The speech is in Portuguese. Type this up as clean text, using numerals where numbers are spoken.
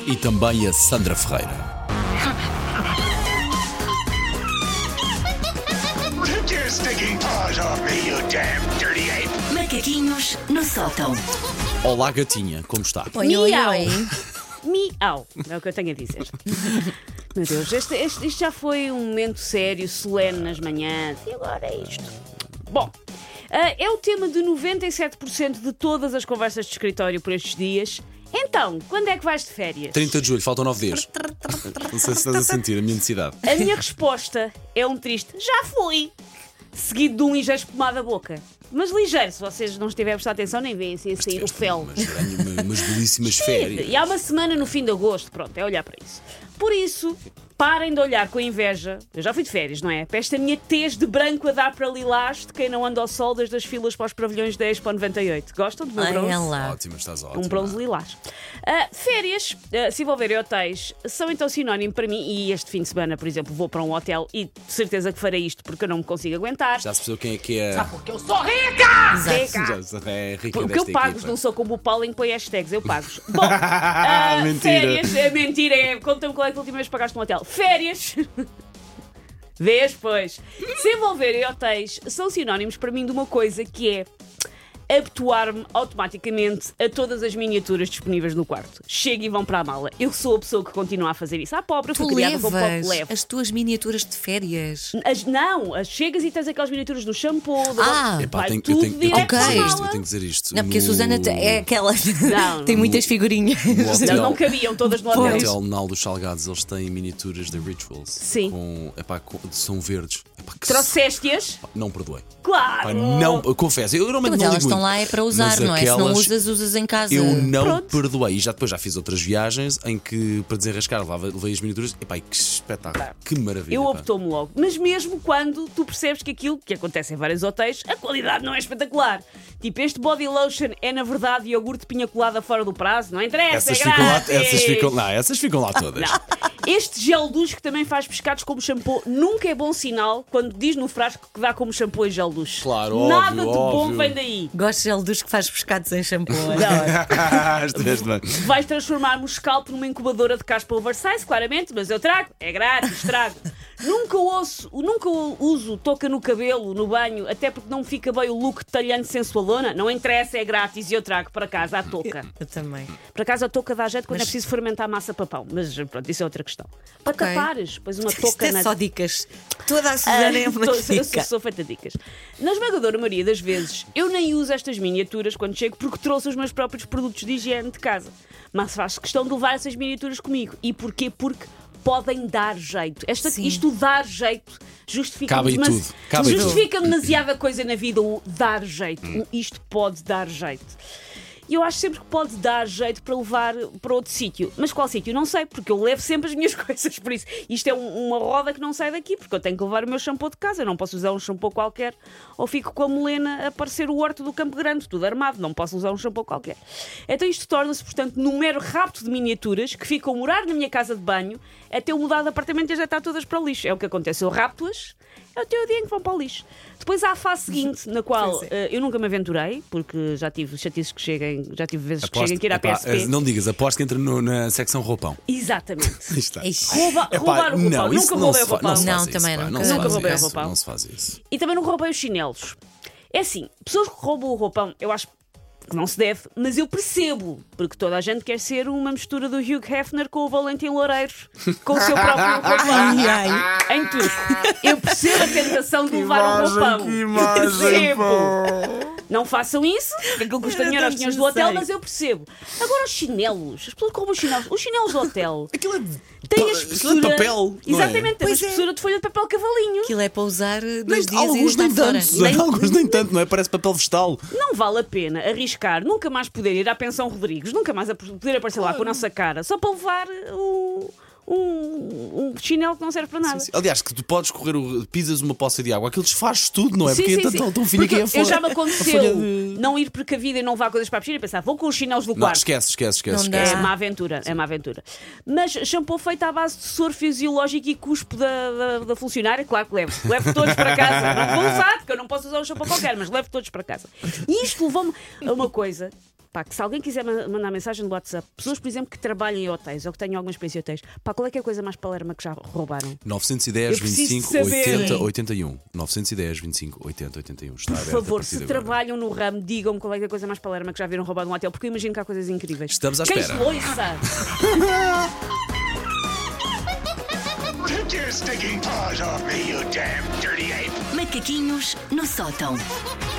E também a Sandra Ferreira. Take your stinking paws off me, you damn dirty ape! Macaquinhos no sótão. Olá, gatinha, como está? Oi, oi, Miau. oi. Miau, é o que eu tenho a dizer. Meu Deus, isto já foi um momento sério, solene nas manhãs. E agora é isto. Bom, é o tema de 97% de todas as conversas de escritório por estes dias. Então, quando é que vais de férias? 30 de julho, faltam 9 dias. Não sei se estás a sentir a minha necessidade. A minha resposta é um triste já fui, seguido de um ligeiro espumado da boca. Mas ligeiro, se vocês não estiverem a prestar atenção, nem veem assim a sair o fel. Mas ganho umas belíssimas férias. E há uma semana no fim de agosto, pronto, é olhar para isso. Por isso, parem de olhar com inveja. Eu já fui de férias, não é? Para esta minha tez de branco a dar para lilás de quem não anda ao sol desde as filas para os pavilhões da Expo 98. Gostam do meu bronze? Olha lá. Ótima, estás ótima. Um bronze lilás. Férias, se envolverem hotéis, são então sinónimo para mim. E este fim de semana, por exemplo, vou para um hotel e de certeza que farei isto porque eu não me consigo aguentar. Já se percebeu quem é que é? Porque eu sou rica! Rica. Já é rica Porque eu desta pago-os, equipa. não sou como o Paulo em que põe hashtags, eu pago-os. Bom, Mentira. férias, é mentira, conta-me qual é que a última vez pagaste um hotel. Férias! Vês, pois. Se envolverem hotéis, são sinónimos para mim de uma coisa que é habituar-me automaticamente a todas as miniaturas disponíveis no quarto. Chego e vão para a mala. Eu sou a pessoa que continua a fazer isso. À pobre, eu fui Tu criada como pobre, levas levo. as tuas miniaturas de férias. Chegas e tens aquelas miniaturas do shampoo, Epá, vai eu tudo tenho direto que para a dizer isto, mala. eu tenho que dizer isto. Não, porque a Susana é aquela. Não, Tem muitas figurinhas. No hotel- Não cabiam todas no No hotel. Hotel Nal dos Salgados, eles têm miniaturas de Rituals. Sim. São verdes. Epá, Trouxeste-as? não perdoei. Claro! Epá, não, eu confesso, eu normalmente Mas não elas ligo estão muito, lá é para usar, mas não é? Se não aquelas usas em casa. Eu não Pronto. perdoei. E depois já fiz outras viagens em que, para desenrascar, levei as miniaturas. Epá, e que espetáculo. Que maravilha. Eu pá. optou-me logo. Mas mesmo quando tu percebes que aquilo que acontece em vários hotéis, a qualidade não é espetacular. Tipo, este body lotion é na verdade iogurte de pinha colada fora do prazo, não interessa, Essas é ficam lá, grátis. essas ficam lá todas. Não. Este gel duche que também faz pescados como shampoo nunca é bom sinal quando diz no frasco que dá como shampoo e gel duche. Claro, Nada óbvio, de bom óbvio. vem daí. Gosto de gel dos que faz pescados em shampoo. Estiveste bem. Vais transformar-me o scalp numa incubadora de caspa oversize, claramente, mas eu trago, é grátis, trago. Nunca uso touca no cabelo, no banho, até porque não me fica bem o look talhante sensualona. Não interessa, é grátis e eu trago para casa a touca. Eu também. Para casa a touca dá jeito quando Mas- é preciso fermentar a massa para pão. Mas pronto, isso é outra questão. Para Ok. tapares, pois uma Isto touca é só dicas. Toda a Susana é uma eu dica. sou feita de dicas. Na esmagadora maioria das vezes, eu nem uso estas miniaturas quando chego porque trouxe os meus próprios produtos de higiene de casa. Mas faço questão de levar essas miniaturas comigo. E porquê? Porque podem dar jeito. Sim. Isto dar jeito justifica, Cabe aí tudo. Cabe aí justifica demasiada coisa na vida o dar jeito. Isto pode dar jeito. E eu acho sempre que pode dar jeito para levar para outro sítio. Mas qual sítio? Não sei, porque eu levo sempre as minhas coisas. Por isso, isto é uma roda que não sai daqui, porque eu tenho que levar o meu shampoo de casa. Eu não posso usar um shampoo qualquer ou fico com a melena a parecer o horto do Campo Grande, tudo armado. Não posso usar um shampoo qualquer. Então isto torna-se, portanto, num mero rapto de miniaturas que ficam a morar na minha casa de banho até eu mudar de apartamento e já está todas para o lixo. É o que acontece. Eu rapto-as, é o teu dia em que vão para o lixo. Depois há a fase seguinte, na qual eu nunca me aventurei, porque já tive chatices que cheguem, já tive vezes que cheguem que ir à epá, PSP. não digas, aposto que entra na secção roupão. Exatamente. Aí está. Ixi. Roubar o roupão. Não, isso Nunca não roubei se o fa- roupão. não se Não, faz isso, também pá, nunca. não se Nunca faz roubei o isso, roupão. não se faz isso. E também não roubei os chinelos. É assim, pessoas que roubam o roupão, eu acho que não se deve, mas eu percebo, porque toda a gente quer ser uma mistura do Hugh Hefner com o Valentim Loureiros, com o seu próprio roupão. Em tudo. Eu percebo a tentação de levar um roupão. Percebo. Não façam isso, porque aquilo custa dinheiro aos senhores do hotel, mas eu percebo. Agora os chinelos, as pessoas que roubam os chinelos do hotel Aquilo é têm a aquilo é espessura. de papel. não é? Exatamente, tem a Pois é. espessura de folha de papel cavalinho. Aquilo é para usar 2 Nem- dias e alguns está nem fora. tanto, Susana, alguns nem tanto, não é? Parece papel vegetal. Não vale a pena arriscar nunca mais poder ir à Pensão Rodrigues, nunca mais poder aparecer lá com a nossa cara, só para levar um chinelo que não serve para nada. Sim. Aliás, que tu podes pisas uma poça de água, aquilo desfaz tudo, não é? Sim, Porque sim, é sim. tão fino Porque que é fora. já me a folha aconteceu de- não ir precavida e não levar coisas para a piscina e pensar, vou com os chinelos do Não, quarto. esquece. Não dá. É má aventura, é má aventura. Mas shampoo feito à base de soro fisiológico e cuspo da funcionária, claro que levo. Levo todos para casa. Não vou usar, porque eu não posso usar um shampoo qualquer, mas levo todos para casa. E isto levou-me a uma coisa Pá, que se alguém quiser mandar mensagem no WhatsApp, pessoas, por exemplo, que trabalham em hotéis ou que tenham alguma experiência em hotéis, pá, qual é que é a coisa mais palerma que já roubaram? 910 Eu preciso 25 saber. 80 81. 910 25 80 81. Está Por aberto a favor, partir se de agora. trabalham no ramo, digam-me qual é que é a coisa mais palerma que já viram roubado num hotel, porque eu imagino que há coisas incríveis. Estamos à Quem espera. se loiça? Take your stinking paws off me, you damn dirty ape! Macaquinhos no sótão.